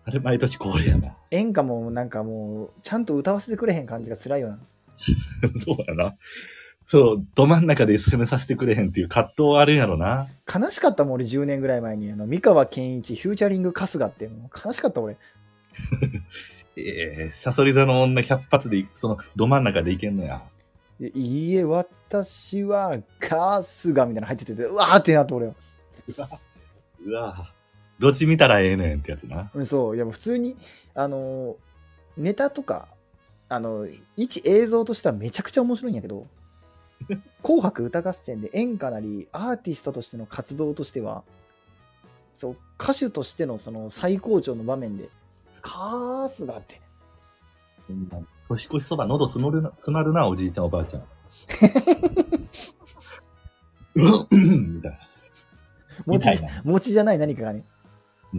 あれ毎年恒例やな。 演歌もなんかもう、ちゃんと歌わせてくれへん感じが辛いよな。 そうやな。そう、ど真ん中で攻めさせてくれへんっていう葛藤はあるんやろな。 悲しかったもん、俺10年ぐらい前に。三河健一、フューチャリング春日って、もう悲しかった俺。 サソリ座の女100発で、その、ど真ん中でいけんのや。 いいえ、私は春日みたいなの入ってて、うわーってなって俺は。 うわどっち見たらええねんってやつな。 うん、そう。いや、もう普通に、ネタとか、一映像としてはめちゃくちゃ面白いんやけど、紅白歌合戦で演歌なり、アーティストとしての活動としては、そう、歌手としてのその最高潮の場面で、春日って。 年越しそば喉つなるな、おじいちゃんおばあちゃん。みたいな。みたいな。 餅じゃない何かがね。